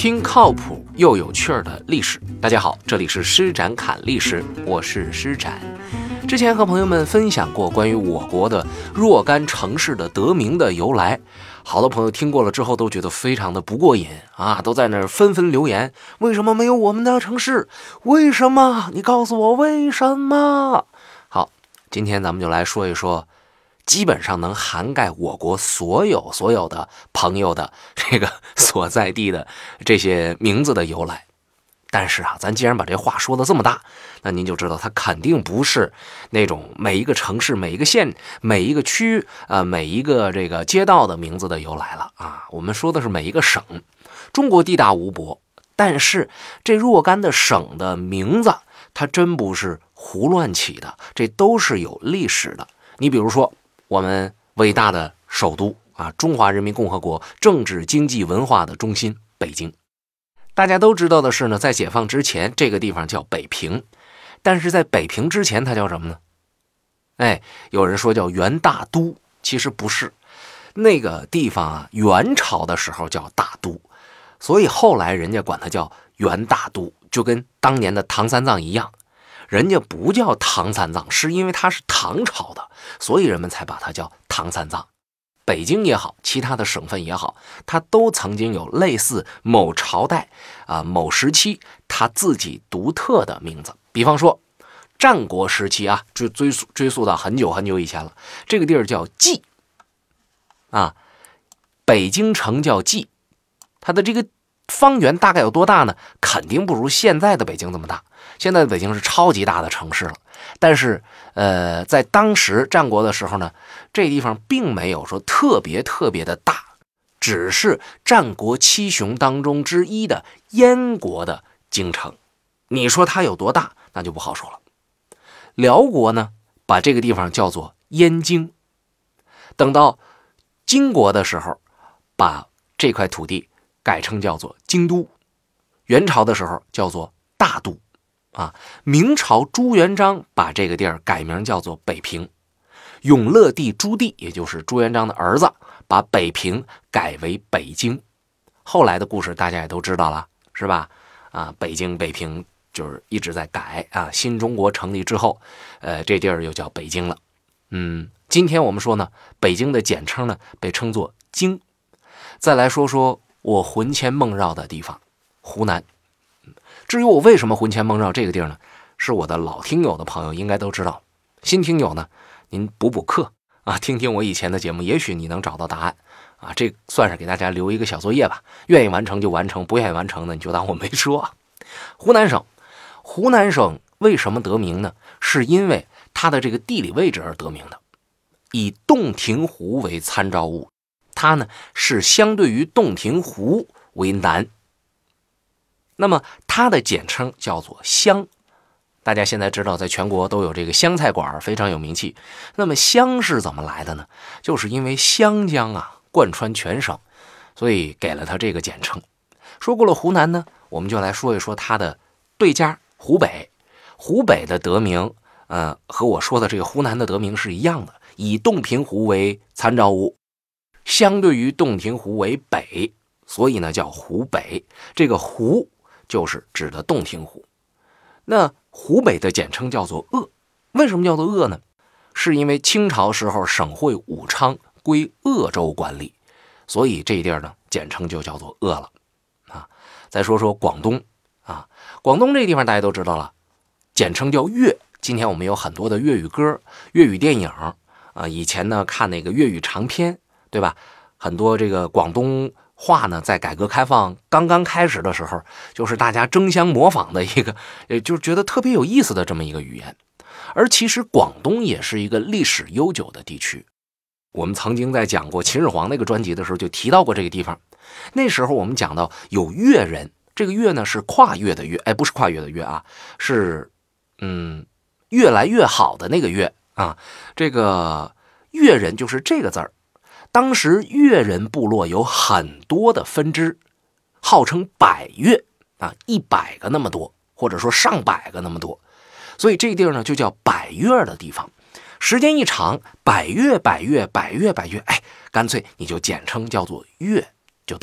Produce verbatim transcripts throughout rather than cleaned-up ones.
听靠谱又有趣儿的历史。大家好，这里是施展侃历史，我是施展。之前和朋友们分享过关于我国的若干城市的得名的由来，好多朋友听过了之后都觉得非常的不过瘾啊，都在那儿纷纷留言，为什么没有我们的城市？为什么？你告诉我为什么？好，今天咱们就来说一说基本上能涵盖我国所有所有的朋友的这个所在地的这些名字的由来。但是啊，咱既然把这话说的这么大，那您就知道它肯定不是那种每一个城市、每一个县、每一个区、呃、每一个这个街道的名字的由来了啊。我们说的是每一个省。中国地大物博，但是这若干的省的名字，它真不是胡乱起的，这都是有历史的。你比如说，我们伟大的首都啊，中华人民共和国政治、经济、文化的中心北京。大家都知道的是呢，在解放之前，这个地方叫北平，但是在北平之前，它叫什么呢？哎，有人说叫元大都，其实不是。那个地方啊，元朝的时候叫大都，所以后来人家管它叫元大都，就跟当年的唐三藏一样。人家不叫唐三藏，是因为它是唐朝的，所以人们才把它叫唐三藏。北京也好，其他的省份也好，它都曾经有类似某朝代啊、某时期它自己独特的名字。比方说战国时期啊，追追溯追溯到很久很久以前了，这个地儿叫蓟啊，北京城叫蓟，它的这个方圆大概有多大呢？肯定不如现在的北京这么大。现在的北京是超级大的城市了，但是呃，在当时战国的时候呢，这地方并没有说特别特别的大，只是战国七雄当中之一的燕国的京城。你说它有多大，那就不好说了。辽国呢，把这个地方叫做燕京，等到金国的时候，把这块土地改称叫做京都，元朝的时候叫做大都啊，明朝朱元璋把这个地儿改名叫做北平，永乐帝朱棣，也就是朱元璋的儿子，把北平改为北京。后来的故事大家也都知道了，是吧？啊，北京、北平就是一直在改啊。新中国成立之后，呃，这地儿又叫北京了。嗯，今天我们说呢，北京的简称呢被称作京。再来说说我魂牵梦绕的地方，湖南。至于我为什么魂牵梦绕这个地儿呢，是我的老听友的朋友应该都知道，新听友呢您补补课啊，听听我以前的节目，也许你能找到答案啊。这算是给大家留一个小作业吧，愿意完成就完成，不愿意完成呢你就当我没说。湖南省，湖南省为什么得名呢？是因为它的这个地理位置而得名的，以洞庭湖为参照物，它呢是相对于洞庭湖为南，那么它的简称叫做湘。大家现在知道在全国都有这个湘菜馆，非常有名气。那么湘是怎么来的呢？就是因为湘江啊贯穿全省，所以给了它这个简称。说过了湖南呢，我们就来说一说它的对家湖北。湖北的得名呃，和我说的这个湖南的得名是一样的，以洞庭湖为参照物，相对于洞庭湖为北，所以呢叫湖北。这个湖就是指的洞庭湖。那湖北的简称叫做鄂，为什么叫做鄂呢？是因为清朝时候省会武昌归鄂州管理，所以这地儿呢简称就叫做鄂了啊。再说说广东啊，广东这地方大家都知道了，简称叫粤。今天我们有很多的粤语歌、粤语电影啊，以前呢看那个粤语长片，对吧？很多这个广东话呢，在改革开放刚刚开始的时候，就是大家争相模仿的一个，也就是觉得特别有意思的这么一个语言。而其实广东也是一个历史悠久的地区。我们曾经在讲过秦始皇那个专辑的时候，就提到过这个地方。那时候我们讲到有越人，这个越呢是跨越的越，哎，不是跨越的越啊，是嗯越来越好的那个越啊。这个越人就是这个字儿。当时越人部落有很多的分支，号称百越啊，一百个那么多，或者说上百个那么多，所以这个地儿呢就叫百越的地方。时间一长，百越百越百越百越，哎，干脆你就简称叫做越就得了。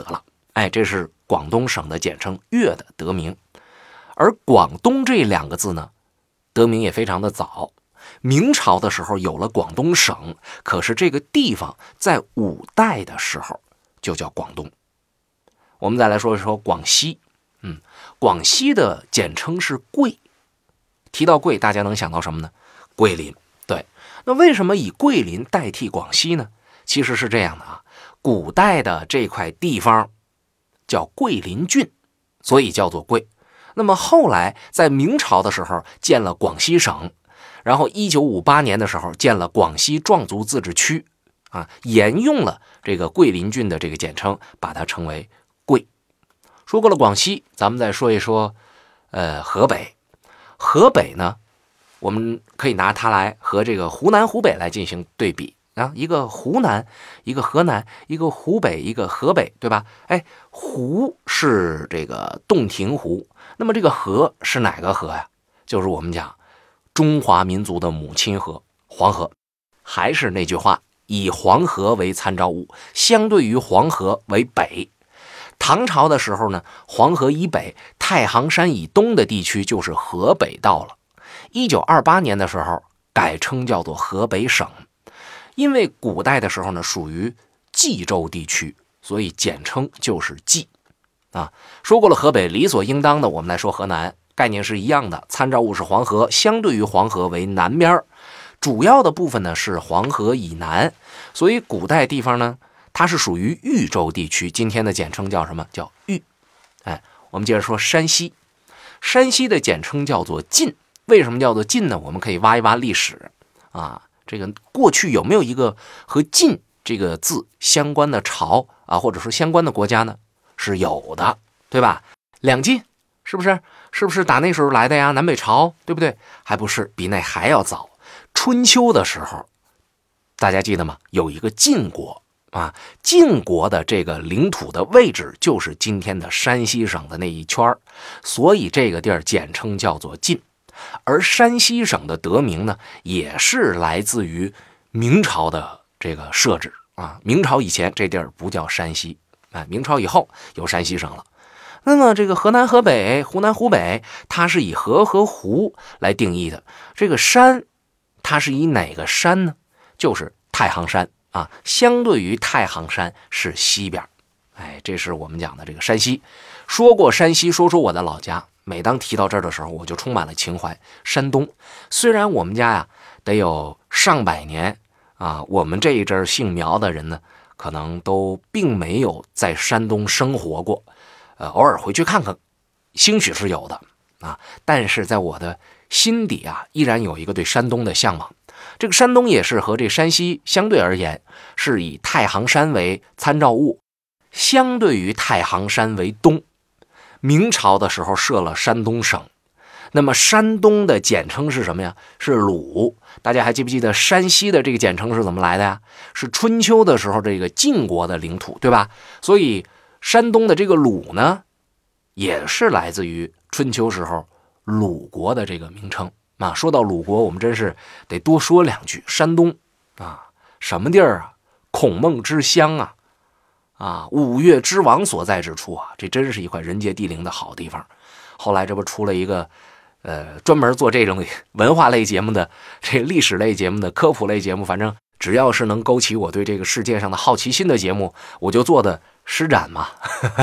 哎，这是广东省的简称，粤的得名。而广东这两个字呢，得名也非常的早。明朝的时候有了广东省，可是这个地方在五代的时候就叫广东。我们再来说一说广西，嗯，广西的简称是桂。提到桂，大家能想到什么呢？桂林。对，那为什么以桂林代替广西呢？其实是这样的啊，古代的这块地方叫桂林郡，所以叫做桂。那么后来在明朝的时候建了广西省，然后一九五八年的时候建了广西壮族自治区，啊，沿用了这个桂林郡的这个简称，把它称为桂。说过了广西，咱们再说一说，呃，河北。河北呢，我们可以拿它来和这个湖南、湖北来进行对比啊，一个湖南，一个河南，一个湖北，一个河北，对吧？哎，湖是这个洞庭湖，那么这个河是哪个河呀？就是我们讲中华民族的母亲河黄河。还是那句话，以黄河为参照物，相对于黄河为北。唐朝的时候呢，黄河以北、太行山以东的地区就是河北道了。一九二八年的时候改称叫做河北省。因为古代的时候呢属于冀州地区，所以简称就是冀啊。说过了河北，理所应当的我们来说河南，概念是一样的，参照物是黄河，相对于黄河为南边，主要的部分呢是黄河以南，所以古代地方呢它是属于豫州地区，今天的简称叫什么？叫豫。哎，我们接着说山西，山西的简称叫做晋。为什么叫做晋呢？我们可以挖一挖历史啊，这个过去有没有一个和晋这个字相关的朝啊，或者说相关的国家呢？是有的，对吧？两晋是不是？是不是打那时候来的呀？南北朝，对不对？还不是，比那还要早。春秋的时候，大家记得吗？有一个晋国啊，晋国的这个领土的位置就是今天的山西省的那一圈，所以这个地儿简称叫做晋。而山西省的得名呢，也是来自于明朝的这个设置啊。明朝以前这地儿不叫山西，哎，明朝以后有山西省了。那么这个河南、河北、湖南、湖北，它是以河和湖来定义的。这个山，它是以哪个山呢？就是太行山啊，相对于太行山是西边。哎，这是我们讲的这个山西。说过山西，说说我的老家。每当提到这儿的时候，我就充满了情怀。山东，虽然我们家呀得有上百年啊，我们这一阵姓苗的人呢，可能都并没有在山东生活过，呃，偶尔回去看看，兴许是有的啊。但是在我的心底啊，依然有一个对山东的向往。这个山东也是和这山西相对而言，是以太行山为参照物，相对于太行山为东。明朝的时候设了山东省，那么山东的简称是什么呀？是鲁。大家还记不记得山西的这个简称是怎么来的呀？是春秋的时候这个晋国的领土，对吧？所以山东的这个鲁呢，也是来自于春秋时候鲁国的这个名称啊。说到鲁国，我们真是得多说两句。山东啊，什么地儿啊？孔孟之乡啊！啊，五岳之王所在之处啊，这真是一块人杰地灵的好地方。后来这不出了一个，呃，专门做这种文化类节目的、这历史类节目的、科普类节目，反正只要是能勾起我对这个世界上的好奇心的节目，我就做的施展嘛。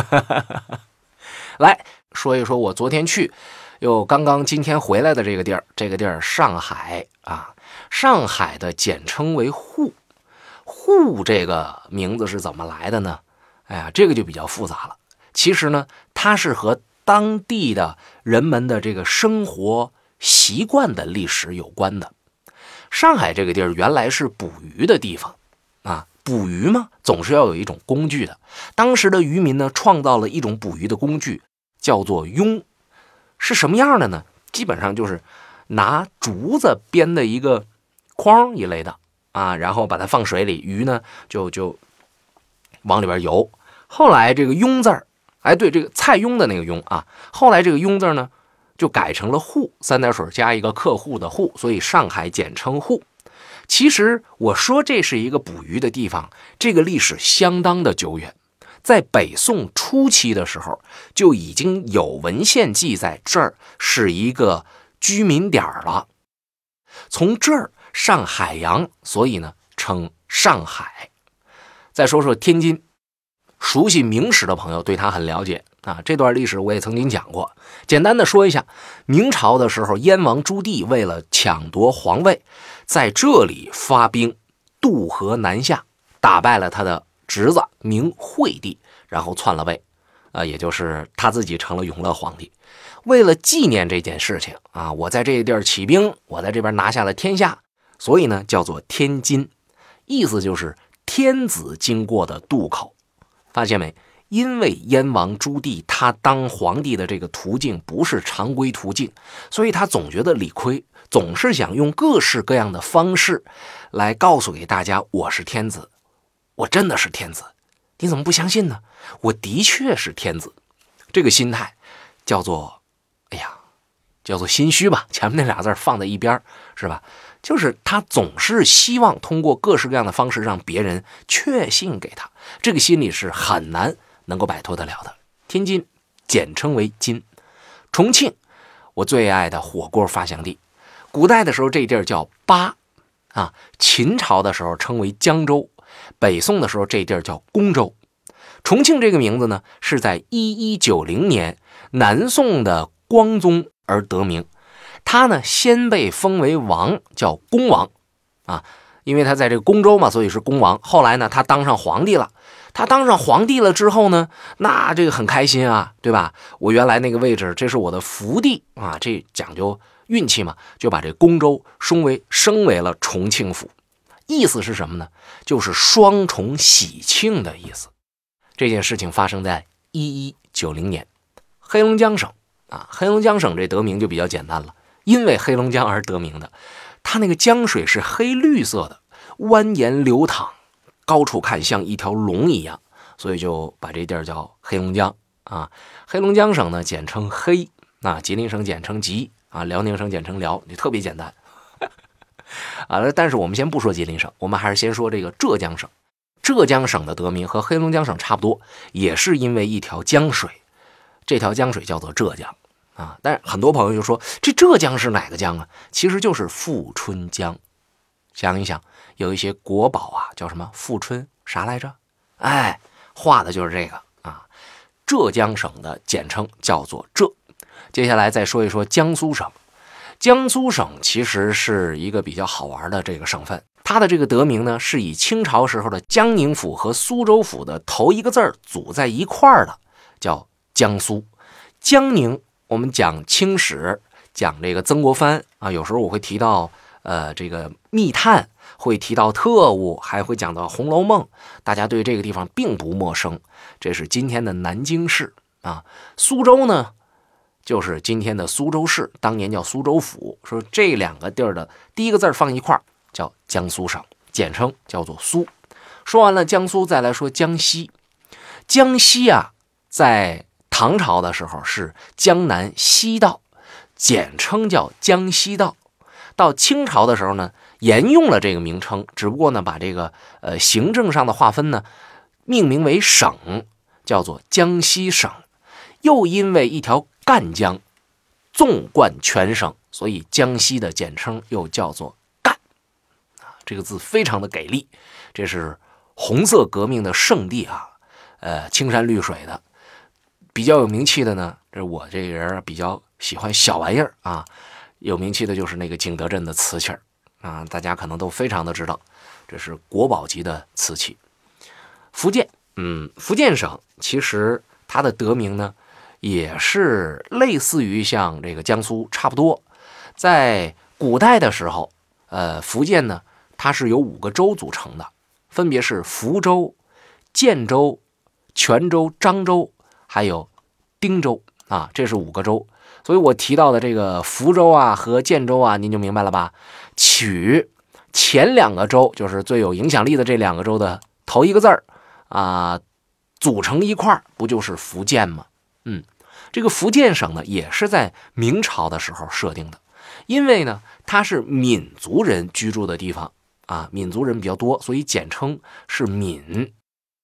来说一说我昨天去，又刚刚今天回来的这个地儿，这个地儿上海啊，上海的简称为沪。沪这个名字是怎么来的呢？哎呀，这个就比较复杂了。其实呢，它是和当地的人们的这个生活习惯的历史有关的。上海这个地儿原来是捕鱼的地方啊，捕鱼嘛，总是要有一种工具的。当时的渔民呢，创造了一种捕鱼的工具，叫做鳙。是什么样的呢？基本上就是拿竹子编的一个筐一类的啊，然后把它放水里，鱼呢就就往里边游。后来这个鳙字儿，哎，对，这个蔡邕的那个邕啊，后来这个邕字呢就改成了沪，三点水加一个客户的户，所以上海简称沪。其实我说这是一个捕鱼的地方，这个历史相当的久远。 在北宋初期的时候，就已经有文献记载这儿是一个居民点了。从这儿上海洋，所以呢称上海。再说说天津，熟悉明史的朋友对它很了解啊，这段历史我也曾经讲过。简单的说一下，明朝的时候，燕王朱棣为了抢夺皇位，在这里发兵渡河南下，打败了他的侄子明惠帝，然后篡了位，啊，也就是他自己成了永乐皇帝。为了纪念这件事情啊，我在这地儿起兵，我在这边拿下了天下，所以呢叫做天津，意思就是天子经过的渡口。发现没？因为燕王朱棣他当皇帝的这个途径不是常规途径，所以他总觉得理亏，总是想用各式各样的方式来告诉给大家，我是天子，我真的是天子，你怎么不相信呢？我的确是天子。这个心态叫做哎呀叫做心虚吧，前面那俩字放在一边是吧？就是他总是希望通过各式各样的方式让别人确信给他，这个心理是很难能够摆脱得了的。天津简称为津。重庆我最爱的火锅发祥地，古代的时候这地儿叫巴啊，秦朝的时候称为江州，北宋的时候这地儿叫公州。重庆这个名字呢，是在一一九零年南宋的光宗而得名。他呢先被封为王，叫恭王啊，因为他在这个公州嘛，所以是恭王。后来呢他当上皇帝了，他当上皇帝了之后呢，那这个很开心啊，对吧？我原来那个位置，这是我的福地啊，这讲究运气嘛，就把这公州升为升为了重庆府。意思是什么呢？就是双重喜庆的意思。这件事情发生在一一九零年，黑龙江省啊，黑龙江省这得名就比较简单了，因为黑龙江而得名的。它那个江水是黑绿色的，蜿蜒流淌，高处看像一条龙一样，所以就把这地儿叫黑龙江啊。黑龙江省呢简称黑啊，吉林省简称吉啊，辽宁省简称辽，就特别简单啊。但是我们先不说吉林省，我们还是先说这个浙江省。浙江省的得名和黑龙江省差不多，也是因为一条江水，这条江水叫做浙江啊。但是很多朋友就说，这浙江是哪个江啊？其实就是富春江。想一想，有一些国宝啊，叫什么富春啥来着？哎，画的就是这个啊。浙江省的简称叫做浙。接下来再说一说江苏省。江苏省其实是一个比较好玩的这个省份，它的这个得名呢，是以清朝时候的江宁府和苏州府的头一个字组在一块儿的，叫江苏。江宁，我们讲清史，讲这个曾国藩啊，有时候我会提到呃这个密探，会提到特务，还会讲到《红楼梦》，大家对这个地方并不陌生。这是今天的南京市啊。苏州呢，就是今天的苏州市，当年叫苏州府。说这两个地儿的第一个字放一块儿叫江苏省，简称叫做苏。说完了江苏，再来说江西。江西啊，在唐朝的时候是江南西道，简称叫江西道。到清朝的时候呢，沿用了这个名称，只不过呢把这个呃行政上的划分呢命名为省，叫做江西省。又因为一条赣江纵贯全省，所以江西的简称又叫做赣啊，这个字非常的给力。这是红色革命的圣地啊，呃，青山绿水的。比较有名气的呢，这我这人比较喜欢小玩意儿啊，有名气的就是那个景德镇的瓷器啊，大家可能都非常的知道，这是国宝级的瓷器。福建，嗯，福建省其实它的得名呢，也是类似于像这个江苏差不多。在古代的时候，呃，福建呢，它是由五个州组成的，分别是福州、建州、泉州、漳州，还有汀州啊，这是五个州。所以我提到的这个福州啊和建州啊，您就明白了吧？取前两个州，就是最有影响力的这两个州的头一个字儿啊，组成一块儿，不就是福建吗？嗯，这个福建省呢，也是在明朝的时候设定的，因为呢，它是闽族人居住的地方啊，闽族人比较多，所以简称是闽。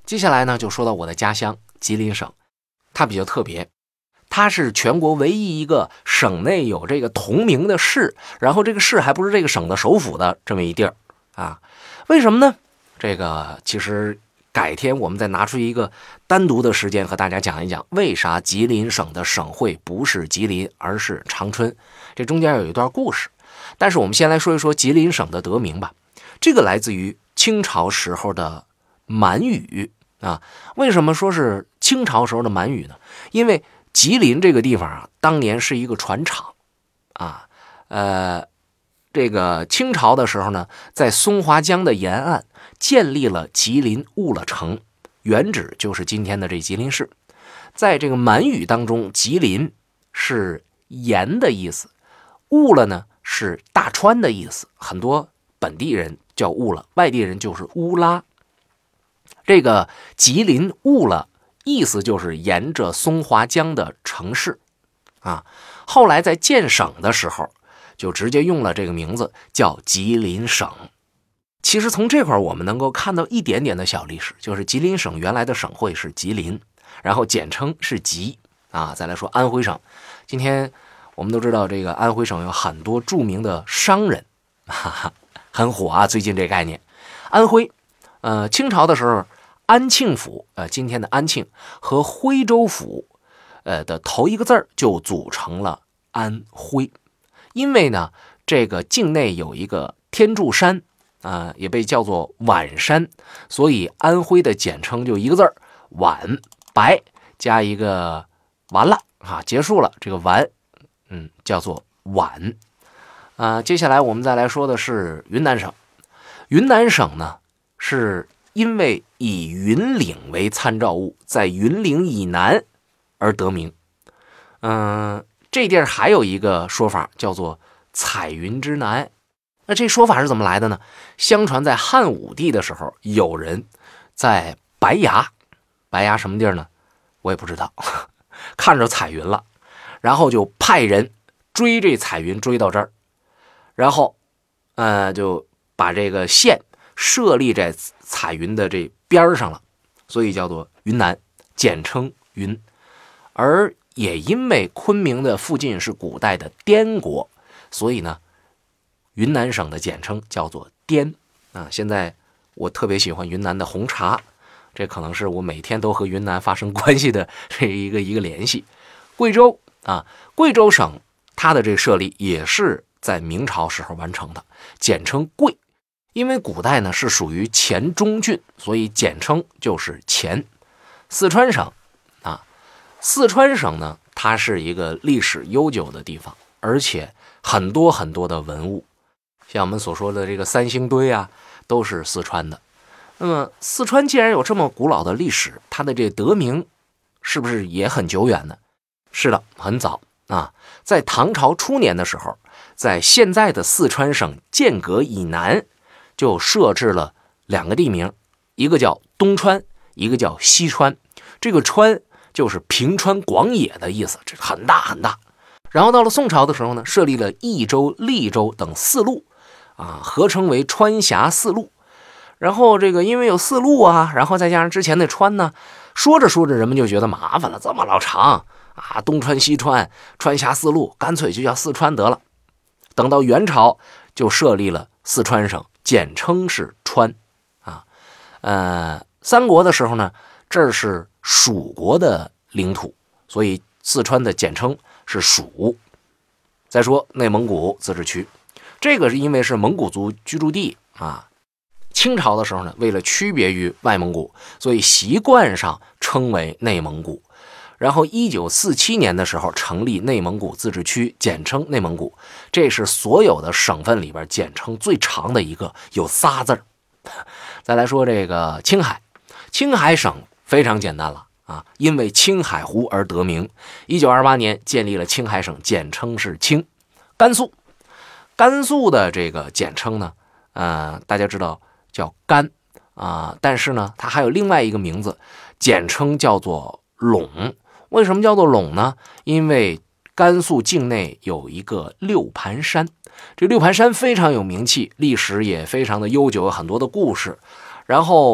接下来呢，就说到我的家乡吉林省，它比较特别，它是全国唯一一个省内有这个同名的市，然后这个市还不是这个省的首府的这么一地儿啊。为什么呢？这个其实改天我们再拿出一个单独的时间和大家讲一讲，为啥吉林省的省会不是吉林而是长春，这中间有一段故事。但是我们先来说一说吉林省的得名吧。这个来自于清朝时候的满语啊。为什么说是清朝时候的满语呢？因为吉林这个地方啊，当年是一个船厂啊。呃，这个清朝的时候呢，在松花江的沿岸建立了吉林兀了城，原址就是今天的这吉林市。在这个满语当中，吉林是盐的意思，兀了呢是大川的意思，很多本地人叫兀了，外地人就是乌拉。这个吉林兀了意思就是沿着松花江的城市啊。后来在建省的时候就直接用了这个名字叫吉林省。其实从这块我们能够看到一点点的小历史，就是吉林省原来的省会是吉林，然后简称是吉啊。再来说安徽省，今天我们都知道这个安徽省有很多著名的商人，哈哈，很火啊，最近这概念。安徽呃，清朝的时候安庆府呃，今天的安庆和徽州府呃的头一个字儿就组成了安徽。因为呢这个境内有一个天柱山啊、呃，也被叫做皖山，所以安徽的简称就一个字儿皖，白加一个完了啊，结束了，这个皖嗯叫做皖啊、呃。接下来我们再来说的是云南省。云南省呢是因为以云岭为参照物，在云岭以南而得名。嗯、呃，这地儿还有一个说法叫做彩云之南。那这说法是怎么来的呢？相传在汉武帝的时候，有人在白崖，白崖什么地儿呢？我也不知道，看着彩云了，然后就派人追这彩云，追到这儿，然后呃就把这个线设立在彩云的这边上了，所以叫做云南，简称云。而也因为昆明的附近是古代的滇国，所以呢云南省的简称叫做滇啊。现在我特别喜欢云南的红茶，这可能是我每天都和云南发生关系的这一个一个联系。贵州啊，贵州省它的这个设立也是在明朝时候完成的，简称贵。因为古代呢是属于黔中郡，所以简称就是黔。四川省啊，四川省呢它是一个历史悠久的地方，而且很多很多的文物，像我们所说的这个三星堆啊，都是四川的。那么四川既然有这么古老的历史，它的这得名是不是也很久远呢？是的，很早啊，在唐朝初年的时候，在现在的四川省剑阁以南就设置了两个地名，一个叫东川，一个叫西川。这个川就是平川广野的意思，这很大很大。然后到了宋朝的时候呢，设立了益州、利州等四路啊，合称为川峡四路。然后这个因为有四路啊，然后再加上之前的川呢，说着说着人们就觉得麻烦了，这么老长啊，东川西川，川峡四路，干脆就叫四川得了。等到元朝就设立了四川省，简称是川啊。呃，三国的时候呢，这是蜀国的领土，所以四川的简称是蜀。再说内蒙古自治区，这个是因为是蒙古族居住地啊。清朝的时候呢，为了区别于外蒙古，所以习惯上称为内蒙古。然后一九四七年的时候成立内蒙古自治区，简称内蒙古，这是所有的省份里边简称最长的一个，有仨字儿。再来说这个青海，青海省非常简单了啊，因为青海湖而得名。一九二八年建立了青海省，简称是青。甘肃，甘肃的这个简称呢，呃，大家知道叫甘啊、呃，但是呢，它还有另外一个名字，简称叫做陇。为什么叫做陇呢？因为甘肃境内有一个六盘山，这六盘山非常有名气，历史也非常的悠久，有很多的故事。然后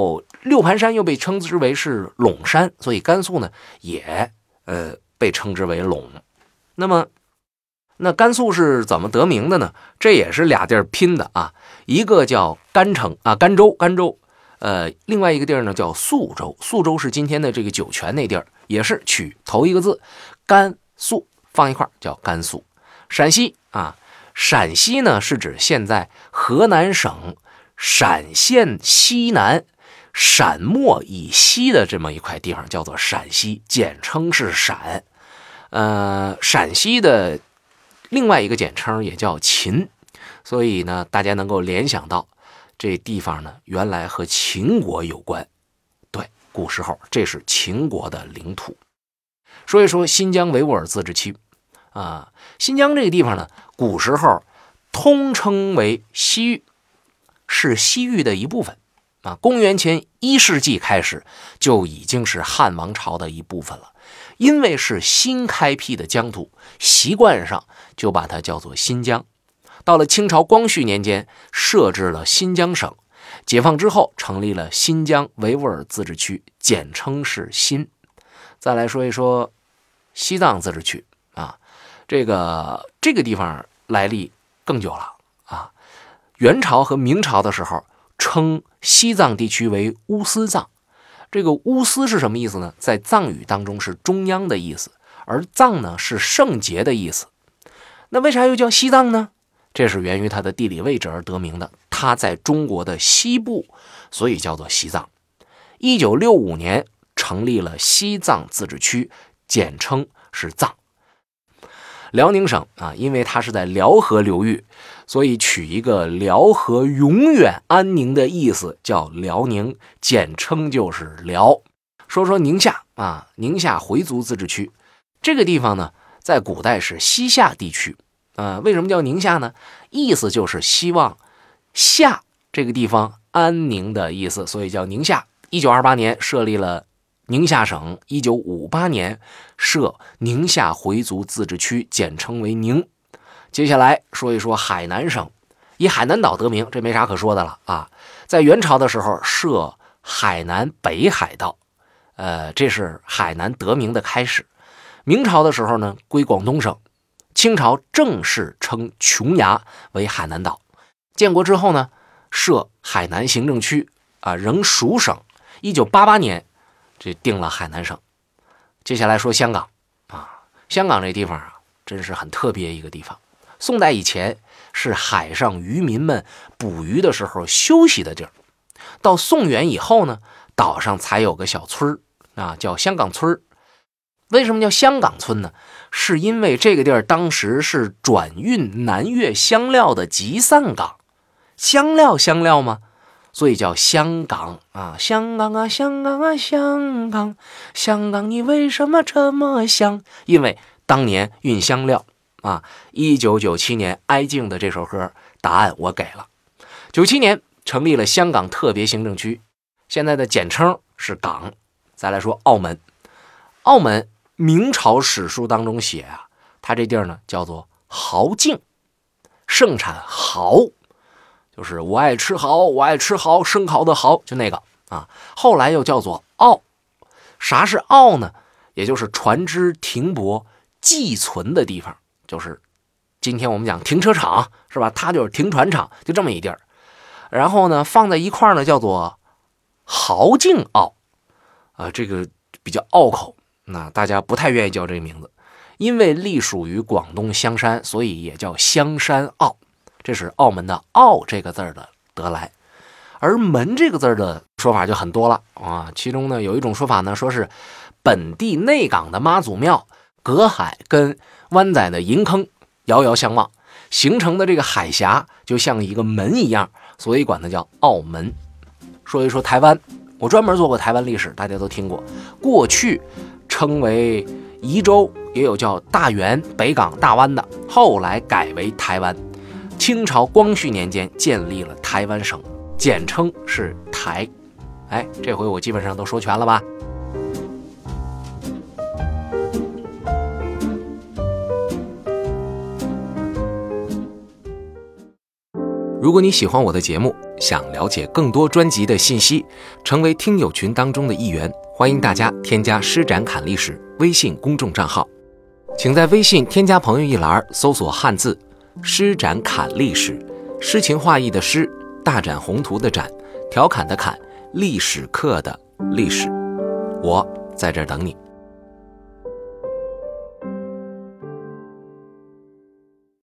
六盘山又被称之为是陇山，所以甘肃呢也呃被称之为陇。那么那甘肃是怎么得名的呢？这也是俩地儿拼的啊，一个叫甘城啊，甘州，甘州，呃，另外一个地儿呢叫肃州，肃州是今天的这个酒泉那地儿，也是取头一个字甘肃放一块叫甘肃。陕西啊，陕西呢是指现在河南省陕县西南陕漠以西的这么一块地方，叫做陕西，简称是陕。呃，陕西的另外一个简称也叫秦，所以呢，大家能够联想到这地方呢，原来和秦国有关。对，古时候这是秦国的领土。说一说新疆维吾尔自治区啊，新疆这个地方呢，古时候通称为西域，是西域的一部分啊。公元前一世纪开始就已经是汉王朝的一部分了。因为是新开辟的疆土，习惯上就把它叫做新疆。到了清朝光绪年间，设置了新疆省，解放之后成立了新疆维吾尔自治区，简称是新。再来说一说西藏自治区啊，这个这个地方来历更久了啊。元朝和明朝的时候称西藏地区为乌斯藏。这个乌斯是什么意思呢？在藏语当中是中央的意思，而藏呢是圣洁的意思。那为啥又叫西藏呢？这是源于它的地理位置而得名的，它在中国的西部，所以叫做西藏。一九六五年成立了西藏自治区，简称是藏。辽宁省啊，因为它是在辽河流域，所以取一个辽河永远安宁的意思，叫辽宁，简称就是辽。说说宁夏啊，宁夏回族自治区这个地方呢，在古代是西夏地区啊。为什么叫宁夏呢？意思就是希望夏这个地方安宁的意思，所以叫宁夏。一九二八年设立了宁夏省，一九五八年设宁夏回族自治区，简称为宁。接下来说一说海南省，以海南岛得名，这没啥可说的了啊。在元朝的时候设海南北海道，呃，这是海南得名的开始。明朝的时候呢，归广东省。清朝正式称琼崖为海南岛。建国之后呢，设海南行政区啊，仍属省。一九八八年。这定了海南省。接下来说香港啊，香港这地方啊，真是很特别一个地方。宋代以前是海上渔民们捕鱼的时候休息的地儿，到宋元以后呢，岛上才有个小村啊，叫香港村。为什么叫香港村呢？是因为这个地儿当时是转运南越香料的集散港，香料香料吗？所以叫香港啊，香港啊，香港啊，香港，香港你为什么这么香？因为当年运香料啊。一九九七年哀静的这首歌，答案我给了。九七年成立了香港特别行政区，现在的简称是港。再来说澳门，澳门明朝史书当中写啊，它这地儿呢叫做蚝境，盛产蚝。就是我爱吃蚝，我爱吃蚝，生蚝的蚝，就那个啊。后来又叫做澳。啥是澳呢？也就是船只停泊寄存的地方，就是今天我们讲停车场是吧？它就是停船场，就这么一地儿。然后呢，放在一块儿呢，叫做蚝境澳啊，这个比较拗口，那大家不太愿意叫这个名字，因为隶属于广东香山，所以也叫香山澳。这是澳门的澳这个字的得来。而门这个字的说法就很多了啊，其中呢有一种说法呢，说是本地内港的妈祖庙隔海跟湾仔的银坑遥遥相望，形成的这个海峡就像一个门一样，所以管它叫澳门。说一说台湾，我专门做过台湾历史，大家都听过，过去称为宜州，也有叫大园、北港、大湾的，后来改为台湾。清朝光绪年间建立了台湾省，简称是台。哎，这回我基本上都说全了吧？如果你喜欢我的节目， 想了解更多专辑的信息，成为听友群当中的一员，欢迎大家添加施展侃历史微信公众账号，请在微信添加朋友一栏搜索汉字施展侃历史，诗情画意的诗，大展宏图的展，调侃的侃，历史课的历史，我在这儿等你。